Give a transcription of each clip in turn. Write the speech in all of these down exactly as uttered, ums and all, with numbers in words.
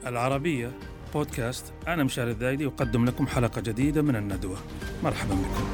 العربية بودكاست. أنا مشاري الذايدي أقدم لكم حلقة جديدة من الندوة. مرحبا بكم.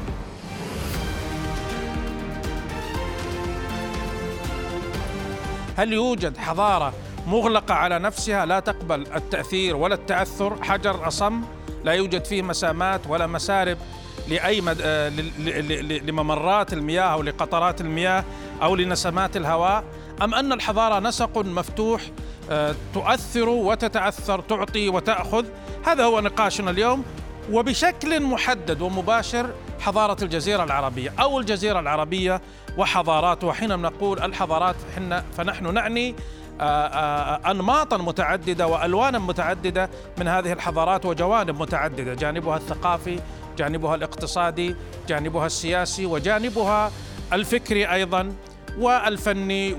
هل يوجد حضارة مغلقة على نفسها لا تقبل التأثير ولا التأثر، حجر أصم لا يوجد فيه مسامات ولا مسارب لأي مد... لممرات المياه أو لقطرات المياه أو لنسمات الهواء، أم أن الحضارة نسق مفتوح تؤثر وتتأثر، تعطي وتأخذ؟ هذا هو نقاشنا اليوم، وبشكل محدد ومباشر حضارة الجزيرة العربية أو الجزيرة العربية وحضارات. وحين نقول الحضارات فنحن نعني أنماطا متعددة وألوانا متعددة من هذه الحضارات وجوانب متعددة، جانبها الثقافي، جانبها الاقتصادي، جانبها السياسي، وجانبها الفكري أيضا، والفني،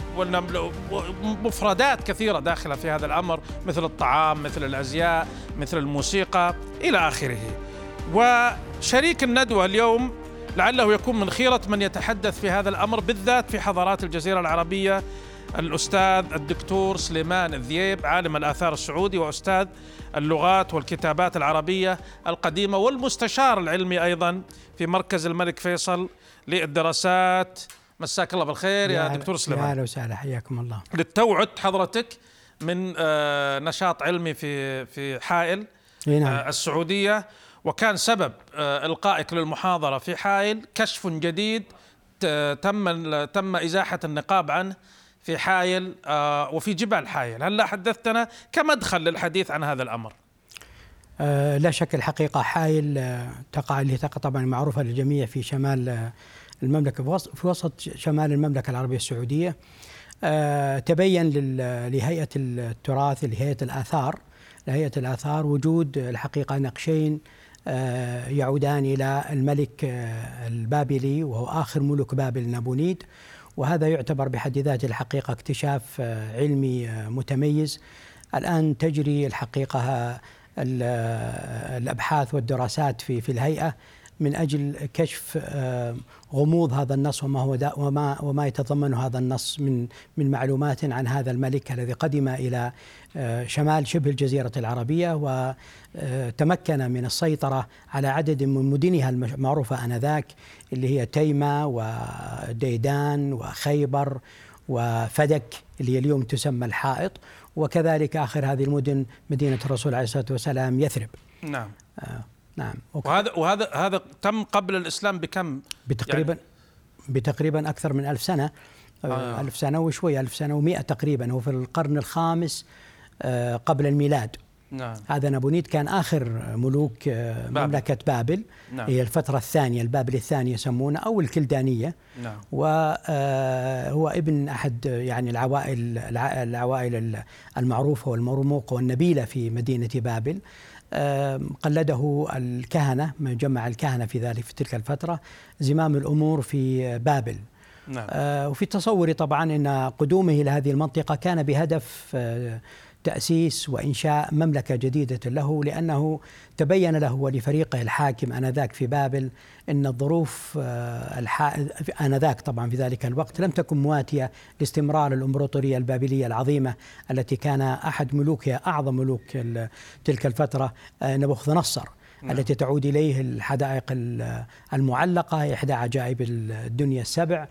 ومفردات كثيرة داخلة في هذا الأمر، مثل الطعام، مثل الأزياء، مثل الموسيقى إلى آخره. وشريك الندوة اليوم لعله يكون من خيرة من يتحدث في هذا الأمر بالذات في حضارات الجزيرة العربية، الأستاذ الدكتور سليمان الذيب، عالم الآثار السعودي وأستاذ اللغات والكتابات العربية القديمة والمستشار العلمي أيضا في مركز الملك فيصل للدراسات. مساك الله بالخير يا, يا دكتور سليمان. يا أهلا وسهلا، حياكم الله. للتو عدت حضرتك من نشاط علمي في في حائل نعم. السعودية، وكان سبب إلقائك للمحاضرة في حائل كشف جديد تم تم إزاحة النقاب عنه في حائل وفي جبال حائل. هل حدثتنا كمدخل للحديث عن هذا الأمر؟ أه لا شك، الحقيقة حائل تقع اللي تقع طبعا معروفة للجميع في شمال المملكة، في وسط شمال المملكة العربية السعودية. أه تبين لهيئة التراث، لهيئة الآثار لهيئة الآثار وجود الحقيقة نقشين أه يعودان إلى الملك البابلي، وهو آخر ملوك بابل نابونيد، وهذا يعتبر بحد ذاته الحقيقة اكتشاف علمي متميز. الآن تجري الحقيقة الأبحاث والدراسات في في الهيئة من أجل كشف غموض هذا النص وما هو وما وما يتضمنه هذا النص من من معلومات عن هذا الملك الذي قدم إلى شمال شبه الجزيرة العربية، وتمكن من السيطرة على عدد من مدنها المعروفة آنذاك، اللي هي تيمة وديدان وخيبر وفدك اللي هي اليوم تسمى الحائط، وكذلك آخر هذه المدن مدينة الرسول عليه الصلاة والسلام يثرب. نعم. آه نعم. وهذا وهذا هذا تم قبل الإسلام بكم؟ بتقريبا يعني بتقريبا أكثر من ألف سنة. آه. ألف سنة وشوية، ألف سنة ومئة تقريبا، هو في القرن الخامس آه قبل الميلاد. نعم. هذا نابونيد كان آخر ملوك آه مملكة بابل. نعم. هي الفترة الثانية، البابل الثانية يسمونها أو الكلدانية. نعم. وهو ابن أحد يعني العوائل العوائل المعروفة والمرموقة والنبيلة في مدينة بابل. قلده الكهنة، ما جمع الكهنة في ذلك في تلك الفترة زمام الأمور في بابل. نعم. وفي تصوري طبعا أن قدومه إلى هذه المنطقة كان بهدف تأسيس وإنشاء مملكة جديدة له، لأنه تبين له ولفريقه الحاكم آنذاك في بابل أن الظروف آنذاك طبعا في ذلك الوقت لم تكن مواتية لاستمرار الإمبراطورية البابلية العظيمة التي كان أحد ملوكها أعظم ملوك تلك الفترة نبوخذ نصر. نعم. التي تعود إليه الحدائق المعلقة، إحدى عجائب الدنيا السبع،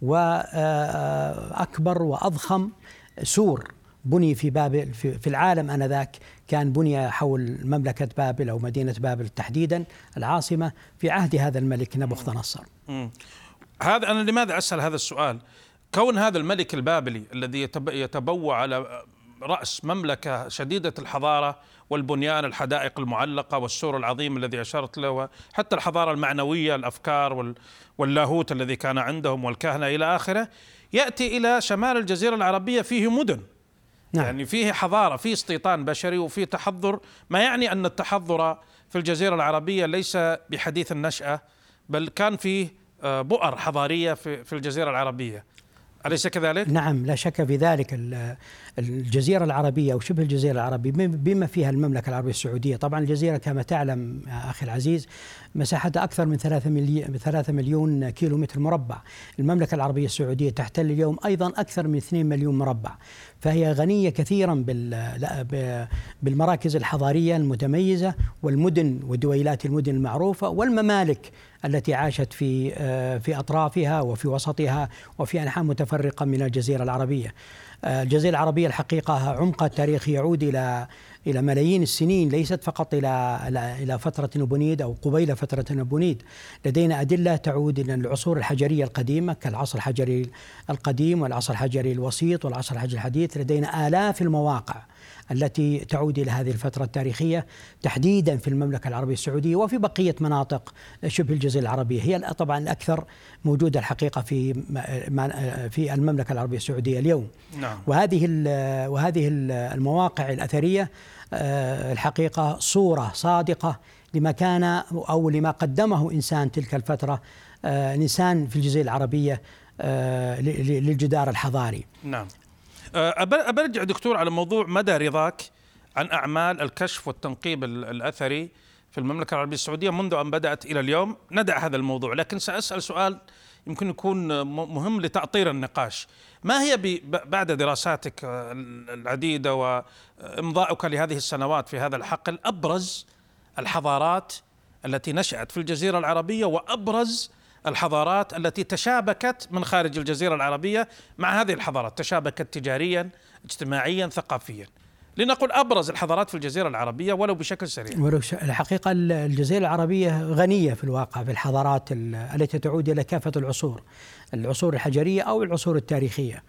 وأكبر وأضخم سور بني في بابل في العالم آنذاك كان بني حول مملكة بابل أو مدينة بابل تحديدا العاصمة في عهد هذا الملك نبوخذ نصر. هذا أنا لماذا أسأل هذا السؤال؟ كون هذا الملك البابلي الذي يتبوى على رأس مملكة شديدة الحضارة والبنيان، الحدائق المعلقة والسور العظيم الذي أشرت له، حتى الحضارة المعنوية، الأفكار واللاهوت الذي كان عندهم والكهنة إلى آخره، يأتي إلى شمال الجزيرة العربية فيه مدن. نعم. يعني فيه حضارة، فيه استيطان بشري، وفيه تحضر، ما يعني أن التحضر في الجزيرة العربية ليس بحديث النشأة، بل كان فيه بؤر حضارية في الجزيرة العربية. أليس كذلك؟ نعم، لا شك في ذلك. الجزيرة العربية وشبه الجزيرة العربية بما فيها المملكة العربية السعودية، طبعا الجزيرة كما تعلم أخي العزيز مساحتها أكثر من ثلاثة مليون كيلو متر مربع. المملكة العربية السعودية تحتل اليوم أيضا أكثر من اثنين مليون مربع، فهي غنية كثيرا بالمراكز الحضارية المتميزة والمدن ودويلات المدن المعروفة والممالك التي عاشت في في أطرافها وفي وسطها وفي أنحاء متفرقة من الجزيرة العربية. الجزيرة العربية الحقيقة عمقها التاريخي يعود إلى إلى ملايين السنين، ليست فقط إلى إلى فترة نبونيد أو قبيل فترة نبونيد. لدينا أدلة تعود إلى العصور الحجرية القديمة كالعصر الحجري القديم والعصر الحجري الوسيط والعصر الحجري الحديث. لدينا آلاف المواقع التي تعود إلى هذه الفترة التاريخية تحديدا في المملكة العربية السعودية وفي بقية مناطق شبه الجزيرة العربية. هي طبعا الأكثر موجودة الحقيقة في في المملكة العربية السعودية اليوم. نعم. وهذه وهذه المواقع الأثرية الحقيقة صورة صادقة لما كان أو لما قدمه إنسان تلك الفترة، إنسان في الجزيرة العربية للجدار الحضاري. نعم. أبرجع دكتور على موضوع مدى رضاك عن أعمال الكشف والتنقيب الأثري في المملكة العربية السعودية منذ أن بدأت إلى اليوم. ندع هذا الموضوع، لكن سأسأل سؤال يمكن يكون مهم لتأطير النقاش. ما هي بعد دراساتك العديدة وإمضاؤك لهذه السنوات في هذا الحقل أبرز الحضارات التي نشأت في الجزيرة العربية وأبرز الحضارات التي تشابكت من خارج الجزيرة العربية مع هذه الحضارات، تشابكت تجاريا اجتماعيا ثقافيا؟ لنقل أبرز الحضارات في الجزيرة العربية ولو بشكل سريع. الحقيقة الجزيرة العربية غنية في الواقع بالحضارات التي تعود إلى كافة العصور، العصور الحجرية أو العصور التاريخية.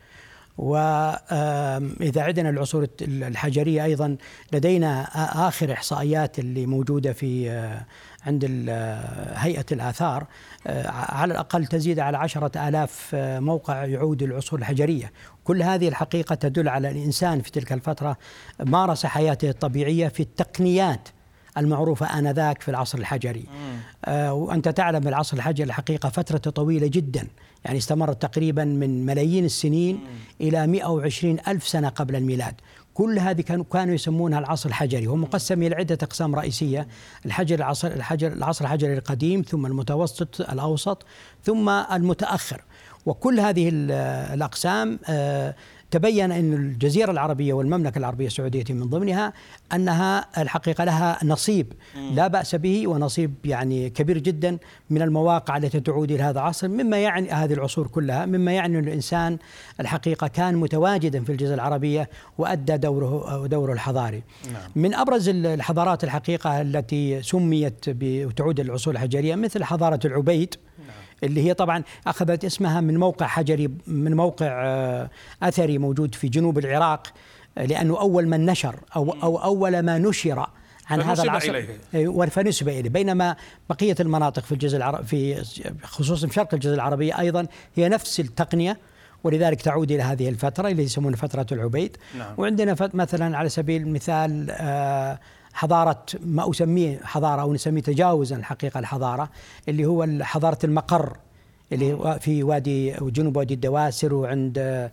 وإذا عدنا العصور الحجرية أيضا لدينا آخر إحصائيات اللي موجودة في عند هيئة الآثار على الأقل تزيد على عشرة آلاف موقع يعود للعصور الحجرية. كل هذه الحقيقة تدل على الإنسان في تلك الفترة مارس حياته الطبيعية في التقنيات المعروفة آنذاك في العصر الحجري. آه وأنت تعلم العصر الحجري الحقيقة فترة طويلة جدا، يعني استمرت تقريبا من ملايين السنين مم. إلى مئة وعشرين ألف سنة قبل الميلاد. كل هذه كانوا كانوا يسمونها العصر الحجري، هو مقسم إلى عدة أقسام رئيسية: الحجر العصر الحجر العصر الحجري القديم، ثم المتوسط، الأوسط، ثم المتأخر. وكل هذه الأقسام آه تبين أن الجزيرة العربية والمملكة العربية السعودية من ضمنها أنها الحقيقة لها نصيب لا بأس به، ونصيب يعني كبير جدا من المواقع التي تعود إلى هذا العصر، مما يعني هذه العصور كلها، مما يعني أن الإنسان الحقيقة كان متواجدا في الجزيرة العربية وأدى دوره دوره الحضاري. نعم. من أبرز الحضارات الحقيقة التي سميت بتعود العصور الحجرية مثل حضارة العبيد، اللي هي طبعا أخذت اسمها من موقع حجري، من موقع أثري موجود في جنوب العراق، لأنه أول من نشر أو, أو أول ما نشر عن هذا العصر فنسب إليه، بينما بقية المناطق في الجزيرة العربية في خصوصا في شرق الجزيرة العربية أيضا هي نفس التقنية، ولذلك تعود إلى هذه الفترة اللي يسمونها فترة العبيد. نعم. وعندنا مثلا على سبيل المثال حضارة ما أسميه حضارة أو نسميه تجاوزا الحقيقة الحضارة اللي هو حضارة المقر اللي في وادي جنوب وادي الدواسر، وعند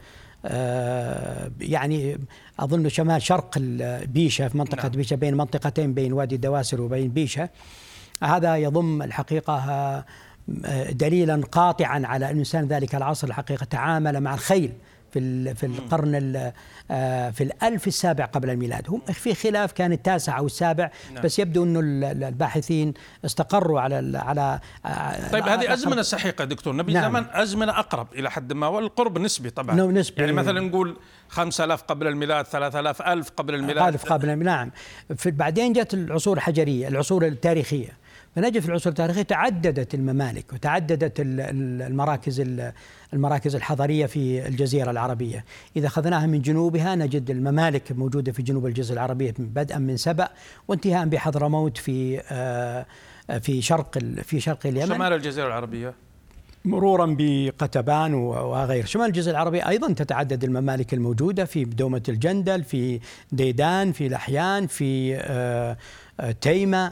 يعني أظن شمال شرق بيشة في منطقة نعم. بيشة، بين منطقتين بين وادي الدواسر وبين بيشة. هذا يضم الحقيقة دليلا قاطعا على أن إنسان ذلك العصر الحقيقة تعامل مع الخيل في في القرن في الألف السابع قبل الميلاد. هم في خلاف كان التاسع أو السابع. نعم. بس يبدو أنه الباحثين استقروا على على طيب هذه أزمنة سحيقة دكتور نبي. نعم. زمن أزمنة أقرب إلى حد ما، والقرب نسبي طبعا. نعم نسبي. يعني مثلا نقول خمسة آلاف قبل الميلاد، ثلاثة آلاف ألف قبل الميلاد. ألف قبل الميلاد. نعم. بعدين جت العصور الحجرية، العصور التاريخية. فنجد في العصور التاريخية تعددت الممالك وتعددت المراكز المراكز الحضارية في الجزيرة العربية. إذا أخذناها من جنوبها نجد الممالك موجودة في جنوب الجزيرة العربية بدءا من سبأ وانتهاء بحضرموت في في شرق في شرق اليمن، شمال الجزيرة العربية مرورا بقتبان وغير. شمال الجزيرة العربية أيضا تتعدد الممالك الموجودة في دومة الجندل، في ديدان، في لحيان، في تيمة،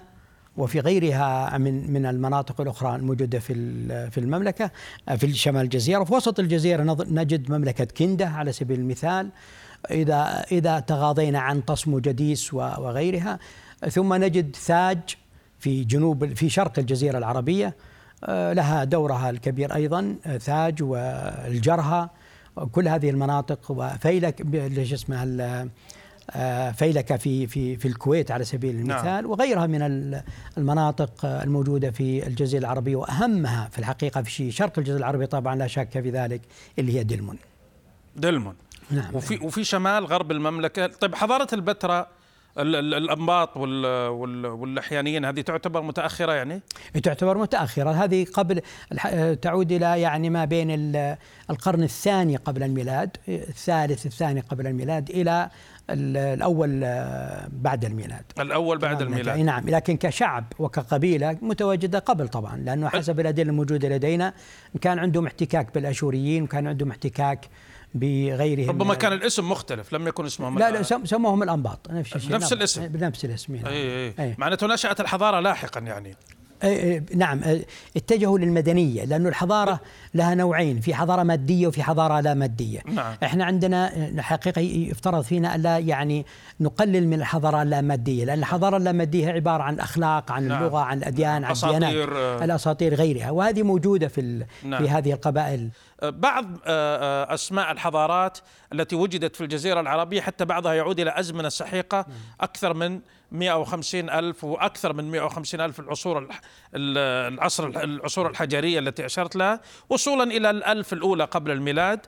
وفي غيرها من من المناطق الأخرى الموجودة في في المملكة في شمال الجزيرة. في وسط الجزيرة نجد مملكة كندة على سبيل المثال، إذا إذا تغاضينا عن طسم جديس وغيرها. ثم نجد ثاج في جنوب في شرق الجزيرة العربية، لها دورها الكبير أيضا، ثاج والجرها، كل هذه المناطق، وفيلك ليش اسمها فيلكة في في في الكويت على سبيل المثال. نعم. وغيرها من المناطق الموجودة في الجزيرة العربية، وأهمها في الحقيقة في شرق الجزيرة العربية طبعا لا شك في ذلك اللي هي دلمون. دلمون. نعم. وفي وفي شمال غرب المملكة. طيب حضارة البتراء، الأنباط واللحيانيين، هذه تعتبر متأخرة يعني؟ تعتبر متأخرة. هذه قبل تعود إلى يعني ما بين القرن الثاني قبل الميلاد، الثالث الثاني قبل الميلاد إلى الأول بعد الميلاد. الأول بعد الميلاد. نعم، لكن كشعب وكقبيلة متواجدة قبل طبعا، لأنه حسب الأدلة الموجودة لدينا كان عندهم احتكاك بالأشوريين، وكان عندهم احتكاك بغيرهم. ربما كان الاسم مختلف، لم يكن اسمهم. لا لا سموهم الأنباط، نفس الشيء، نفس الاسم، بنفس الاسم. أي أي. أي. معناته نشأت الحضارة لاحقا يعني. أي نعم، اتجهوا للمدنية، لأنه الحضارة لها نوعين، في حضارة مادية وفي حضارة لا مادية. نعم. احنا عندنا حقيقة يفترض فينا ألا يعني نقلل من الحضارة اللامادية، لأن الحضارة اللامادية هي عن الأخلاق، عن نعم. اللغة، عن الأديان، عن الديانات، الأساطير غيرها، وهذه موجودة في نعم. في هذه القبائل. بعض أسماء الحضارات التي وجدت في الجزيرة العربية حتى بعضها يعود إلى أزمنة سحيقة، أكثر من مئة وخمسين ألف وأكثر من مئة وخمسين ألف العصور العصر العصور الحجرية التي أشرت لها، وصولا إلى الألف الأولى قبل الميلاد.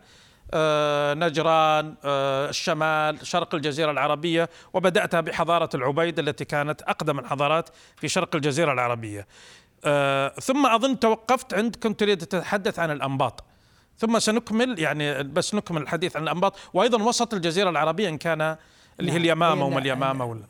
نجران، الشمال، شرق الجزيرة العربية، وبدأتها بحضارة العبيد التي كانت أقدم الحضارات في شرق الجزيرة العربية. ثم أظن توقفت عند كنت تريد تتحدث عن الأنباط، ثم سنكمل يعني بس نكمل الحديث عن الأنباط، وأيضا وسط الجزيرة العربية إن كان اللي هي اليمامة وما اليمامة ولا.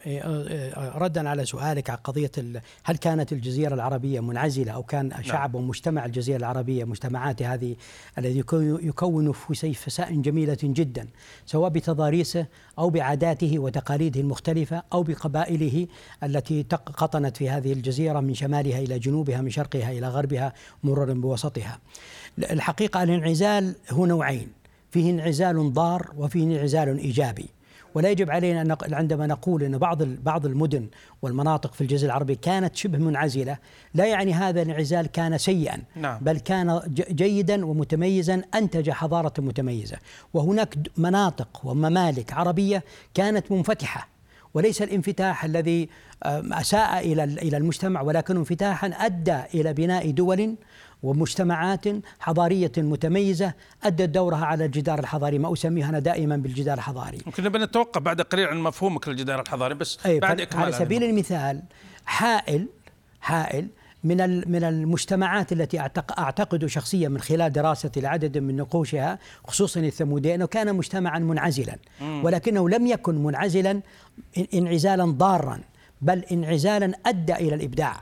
ردا على سؤالك على قضية هل كانت الجزيرة العربية منعزلة أو كان شعب ومجتمع الجزيرة العربية مجتمعات هذه الذي يكون فساء جميلة جدا، سواء بتضاريسه أو بعاداته وتقاليده المختلفة أو بقبائله التي قطنت في هذه الجزيرة من شمالها إلى جنوبها، من شرقها إلى غربها، مرورا بوسطها. الحقيقة الانعزال هو نوعين، فيه انعزال ضار وفيه انعزال إيجابي، ولا يجب علينا أن عندما نقول أن بعض بعض المدن والمناطق في الجزيرة العربية كانت شبه منعزلة، لا يعني هذا الانعزال كان سيئا. نعم. بل كان جيدا ومتميزا، أنتج حضارة متميزة. وهناك مناطق وممالك عربية كانت منفتحة، وليس الانفتاح الذي أساء إلى إلى المجتمع، ولكن انفتاحا أدى إلى بناء دول ومجتمعات حضارية متميزة أدت دورها على الجدار الحضاري، ما أسميه أنا دائما بالجدار الحضاري. ممكن نبي نتوقف بعد قليل عن مفهومك للجدار الحضاري، بس بعد إكمال. على سبيل المثال حائل حائل من من المجتمعات التي أعتقد شخصيا من خلال دراستي لعدد من نقوشها خصوصا الثمودية أنه كان مجتمعا منعزلا، ولكنه لم يكن منعزلا انعزالا ضارا، بل انعزالا أدى إلى الإبداع،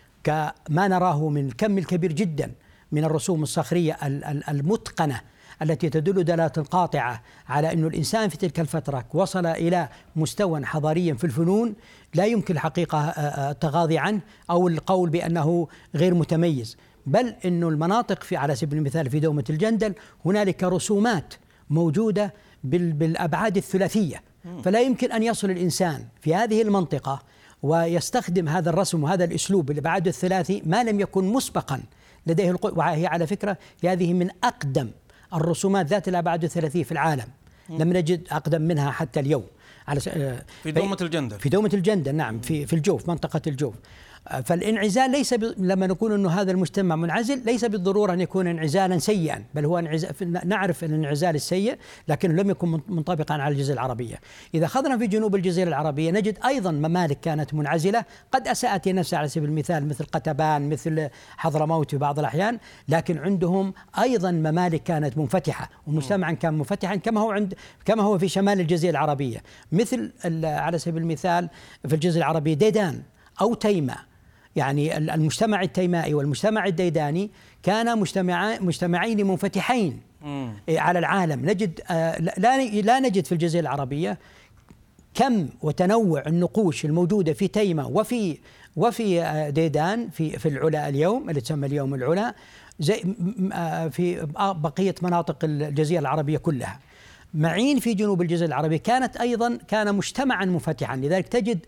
كما نراه من الكم الكبير جدا من الرسوم الصخرية المتقنة التي تدل دلالة قاطعة على أن الإنسان في تلك الفترة وصل إلى مستوى حضاري في الفنون لا يمكن الحقيقة التغاضي عنه أو القول بأنه غير متميز. بل أن المناطق في على سبيل المثال في دومة الجندل هنالك رسومات موجودة بالأبعاد الثلاثية، فلا يمكن أن يصل الإنسان في هذه المنطقة ويستخدم هذا الرسم وهذا الأسلوب بالأبعاد الثلاثي ما لم يكن مسبقا لديه القوة. وهي على فكرة هذه من أقدم الرسومات ذات الأبعاد الثلاثية في العالم، لم نجد أقدم منها حتى اليوم. على في دومة الجندل في دومة الجندل نعم، في في الجوف، منطقة الجوف. فالانعزال ليس ب... لما نقول أنه هذا المجتمع منعزل ليس بالضرورة أن يكون انعزالا سيئا، بل هو انعزال، نعرف الانعزال السيء لكن لم يكن منطبقا على الجزيرة العربية. إذا أخذنا في جنوب الجزيرة العربية نجد أيضا ممالك كانت منعزلة قد أساءت نفسها على سبيل المثال، مثل قتبان، مثل حضرموت في بعض الأحيان، لكن عندهم أيضا ممالك كانت منفتحة ومجتمعا كان منفتحا كما هو عند كما هو في شمال الجزيرة العربية، مثل على سبيل المثال في الجزيرة العربية ديدان أو تيمة. يعني المجتمع التيمائي والمجتمع الديداني كانا مجتمع مجتمعين منفتحين مم. على العالم. نجد لا لا نجد في الجزيرة العربية كم وتنوع النقوش الموجودة في تيمة وفي وفي ديدان في في العلا اليوم اللي تسمى اليوم العلا، زي في بقية مناطق الجزيرة العربية كلها. معين في جنوب الجزيرة العربية كانت أيضا كان مجتمعا منفتحا، لذلك تجد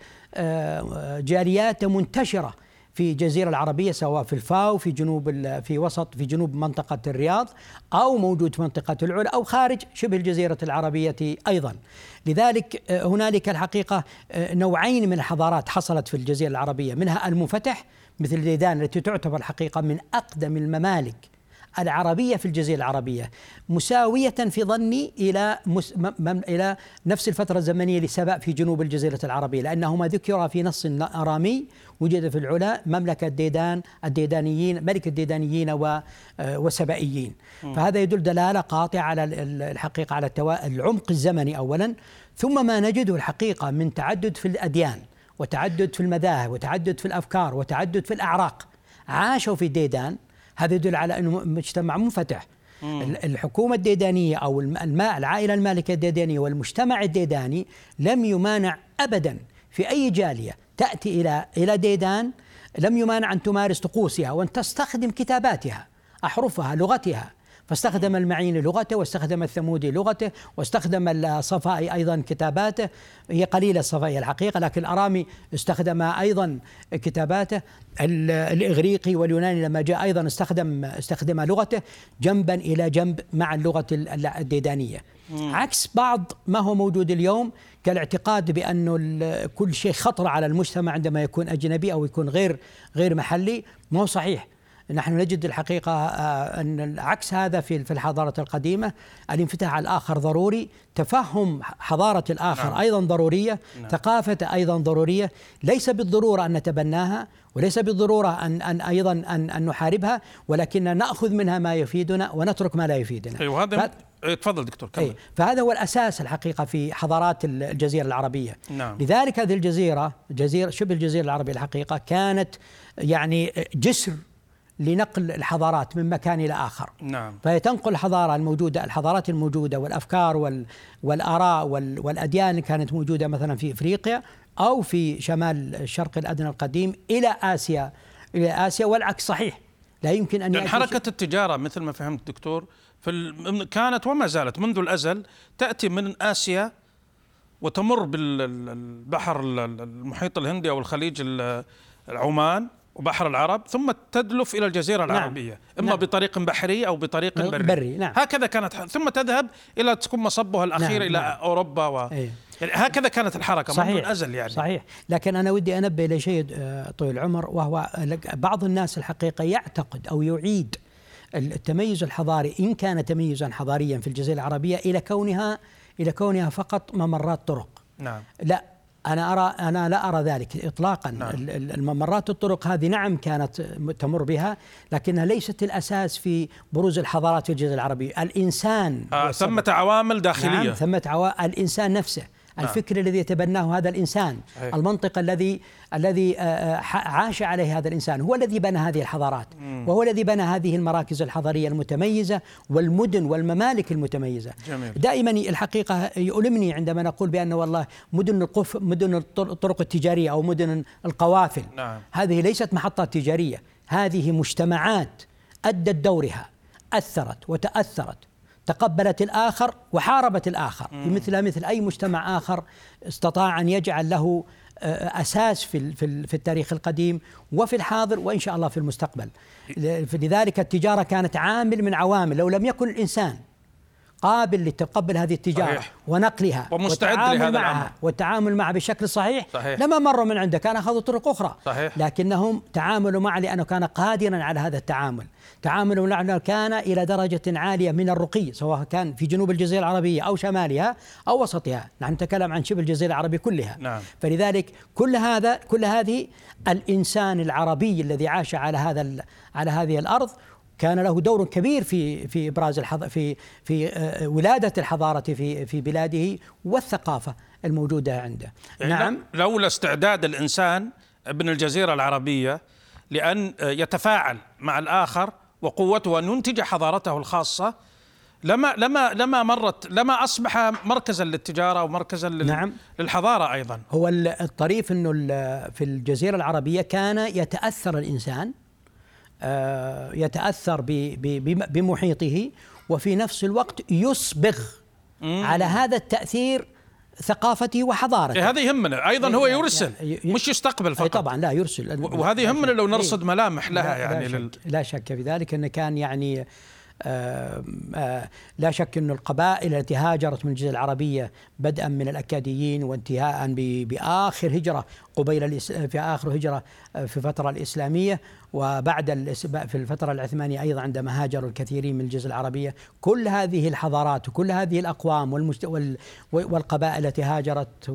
جاليات منتشرة في الجزيرة العربية، سواء في الفاو في جنوب في وسط في جنوب منطقة الرياض، أو موجود في منطقة العلا، أو خارج شبه الجزيرة العربية أيضا. لذلك هنالك الحقيقة نوعين من الحضارات حصلت في الجزيرة العربية، منها المنفتح مثل ديدان التي تعتبر الحقيقة من أقدم الممالك العربية في الجزيرة العربية، مساوية في ظني إلى إلى نفس الفترة الزمنية لسبأ في جنوب الجزيرة العربية، لأنهما ذكر في نص آرامي وجد في العلا مملكة ديدان الديدانيين، ملك الديدانيين وسبائيين. فهذا يدل دلالة قاطعة على الحقيقة على العمق الزمني أولا، ثم ما نجده الحقيقة من تعدد في الأديان وتعدد في المذاهب وتعدد في الأفكار وتعدد في الأعراق عاشوا في ديدان. هذا يدل على أنه مجتمع منفتح. مم. الحكومة الديدانية أو الماء العائلة المالكة الديدانية والمجتمع الديداني لم يمانع أبدا في أي جالية تأتي إلى إلى ديدان، لم يمانع أن تمارس طقوسها وأن تستخدم كتاباتها، أحرفها، لغتها. فاستخدم المعين لغته، واستخدم الثمودي لغته، واستخدم الصفائي أيضا كتاباته. هي قليلة الصفائي الحقيقة، لكن الأرامي استخدم أيضا كتاباته. الإغريقي واليوناني لما جاء أيضا استخدم استخدم لغته جنبا إلى جنب مع اللغة الديدانية، عكس بعض ما هو موجود اليوم كالاعتقاد بأنه كل شيء خطر على المجتمع عندما يكون أجنبي أو يكون غير غير محلي. ما هو صحيح. نحن نجد الحقيقة أن عكس هذا في في الحضارة القديمة. الانفتاح على الآخر ضروري، تفهم حضارة الآخر نعم. أيضا ضرورية، نعم. ثقافة أيضا ضرورية، ليس بالضرورة أن نتبناها، وليس بالضرورة أن أن أيضا أن أن نحاربها، ولكن نأخذ منها ما يفيدنا ونترك ما لا يفيدنا. أيوة هذا ف... تفضل دكتور كمل. فهذا هو الأساس الحقيقة في حضارات الجزيرة العربية. نعم. لذلك هذه الجزيرة جزيرة شبه الجزيرة العربية الحقيقة كانت يعني جسر لنقل الحضارات من مكان إلى آخر. نعم. فهي تنقل الحضارة الموجودة، الحضارات الموجودة والأفكار وال والآراء وال والأديان اللي كانت موجودة مثلا في إفريقيا أو في شمال الشرق الأدنى القديم إلى آسيا إلى آسيا والعكس صحيح. لا يمكن أن يعني حركة التجارة مثل ما فهمت دكتور في ال... كانت وما زالت منذ الأزل تأتي من آسيا وتمر بالبحر المحيط الهندي أو الخليج العمان وبحر العرب، ثم تدلف إلى الجزيرة العربية. نعم. إما نعم. بطريق بحري أو بطريق بري, بري. نعم. هكذا كانت، ثم تذهب إلى تكون مصبها الأخير نعم. إلى نعم. أوروبا و... أيه. يعني هكذا كانت الحركة صحيح. منذ الأزل يعني. صحيح. لكن أنا ودي أنبه إلى شيء طويل العمر، وهو بعض الناس الحقيقة يعتقد أو يعيد التميز الحضاري إن كان تميزا حضاريا في الجزيرة العربية إلى كونها إلى كونها فقط ممرات طرق. نعم. لا، أنا أرى أنا لا أرى ذلك إطلاقا. نعم. الممرات الطرق هذه نعم كانت تمر بها، لكنها ليست الأساس في بروز الحضارات في الجزيرة العربية. الإنسان آه ثمة عوامل داخلية. نعم، ثمة عوامل الإنسان نفسه. نعم. الفكر الذي يتبناه هذا الإنسان، صحيح. المنطق الذي الذي عاش عليه هذا الإنسان هو الذي بنى هذه الحضارات. مم. وهو الذي بنى هذه المراكز الحضارية المتميزة والمدن والممالك المتميزة. جميل. دائما الحقيقة يؤلمني عندما نقول بأن والله مدن القف مدن الطرق التجارية أو مدن القوافل. نعم. هذه ليست محطات تجارية، هذه مجتمعات أدت دورها، أثرت وتأثرت، تقبلت الآخر وحاربت الآخر بمثل مثل أي مجتمع آخر استطاع أن يجعل له أساس في في التاريخ القديم وفي الحاضر وإن شاء الله في المستقبل. لذلك التجارة كانت عامل من عوامل، لو لم يكن الإنسان قابل لتقبل هذه التجارة صحيح. ونقلها ومستعد لهذا معها والتعامل معها بشكل صحيح, صحيح. لما مروا من عنده كان أخذوا طرق أخرى صحيح. لكنهم تعاملوا معه لأنه كان قادرا على هذا التعامل، تعاملوا معه كان إلى درجة عالية من الرقي، سواء كان في جنوب الجزيرة العربية أو شمالها أو وسطها. نحن نتكلم عن شبه الجزيرة العربية كلها. نعم. فلذلك كل هذا كل هذه الإنسان العربي الذي عاش على هذا على هذه الأرض كان له دور كبير في في ابراز الحض... في في ولاده الحضاره في في بلاده والثقافه الموجوده عنده. يعني نعم. لولا استعداد الانسان ابن الجزيره العربيه لان يتفاعل مع الاخر وقوته وان ينتج حضارته الخاصه لما لما لما مرت لما أصبح مركزا للتجارة ومركزا لل نعم. للحضارة أيضا. هو الطريف أنه في الجزيرة العربية كان يتأثر الإنسان، يتأثر بمحيطه، وفي نفس الوقت يصبغ مم. على هذا التأثير ثقافته وحضارته. هذا يهمنا أيضا، هو يرسل مش يستقبل فقط. طبعا لا يرسل، وهذا يهمنا لو نرصد ملامح لها يعني. لا شك, لا شك في ذلك، أنه كان يعني آه آه لا شك أن القبائل التي هاجرت من الجزيرة العربية بدءا من الأكاديين وانتهاء بآخر هجرة قبيل في آخر هجرة في الفترة الإسلامية، وبعد في الفترة العثمانية أيضا عندما هاجروا الكثيرين من الجزيرة العربية، كل هذه الحضارات وكل هذه الأقوام والقبائل التي هاجرت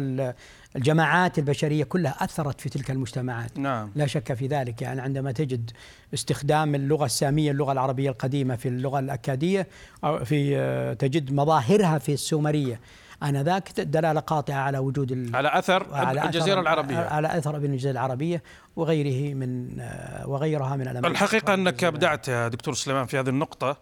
والجماعات البشرية كلها أثرت في تلك المجتمعات. نعم. لا شك في ذلك. يعني عندما تجد استخدام اللغة السامية اللغة العربية القديمة في اللغة الأكادية، في تجد مظاهرها في السومرية، آنذاك دلالة قاطعة على وجود على أثر على الجزيرة العربية، على أثر ابن الجزيرة العربية وغيره من وغيرها من الأماكن. الحقيقة أنك أبدعت يا دكتور سليمان في هذه النقطة،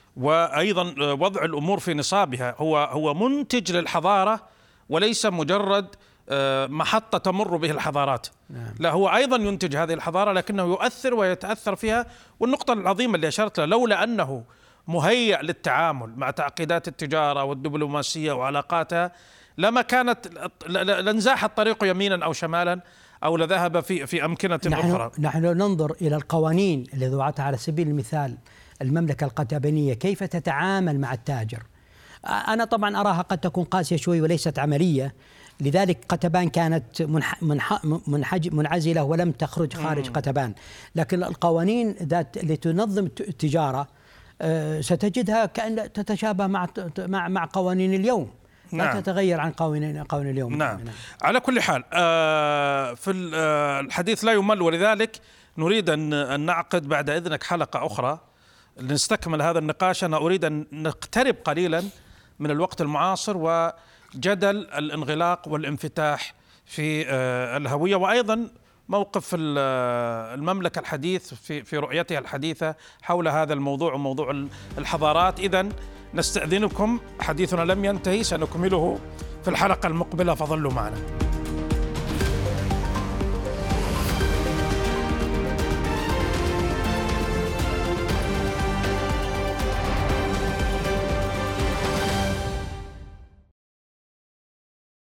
وأيضا وضع الأمور في نصابها. هو هو منتج للحضارة وليس مجرد محطة تمر به الحضارات. نعم. لا، هو أيضا ينتج هذه الحضارة لكنه يؤثر ويتأثر فيها. والنقطة العظيمة اللي أشرت لها، لولا أنه مهيأ للتعامل مع تعقيدات التجارة والدبلوماسية وعلاقاتها لما كانت لانزاح الطريق يمينا أو شمالا أو لذهب في في أمكنة نحن أخرى. نحن ننظر إلى القوانين اللي وضعتها على سبيل المثال المملكة القتبانية كيف تتعامل مع التاجر. أنا طبعا أراها قد تكون قاسية شوي وليست عملية، لذلك قتبان كانت منح منح منحج منعزلة ولم تخرج خارج قتبان، لكن القوانين ذات اللي تنظم التجارة ستجدها كأن تتشابه مع مع مع قوانين اليوم. نعم. لا تتغير عن قوانين قوانين اليوم. نعم. نعم. على كل حال آه في الحديث لا يمل، ولذلك نريد أن نعقد بعد إذنك حلقة أخرى لنستكمل هذا النقاش. أنا أريد أن نقترب قليلا من الوقت المعاصر وجدل الانغلاق والانفتاح في آه الهوية، وأيضا موقف المملكة الحديث في في رؤيتها الحديثة حول هذا الموضوع وموضوع الحضارات. إذن نستأذنكم، حديثنا لم ينتهي، سنكمله في الحلقة المقبلة، فظلوا معنا.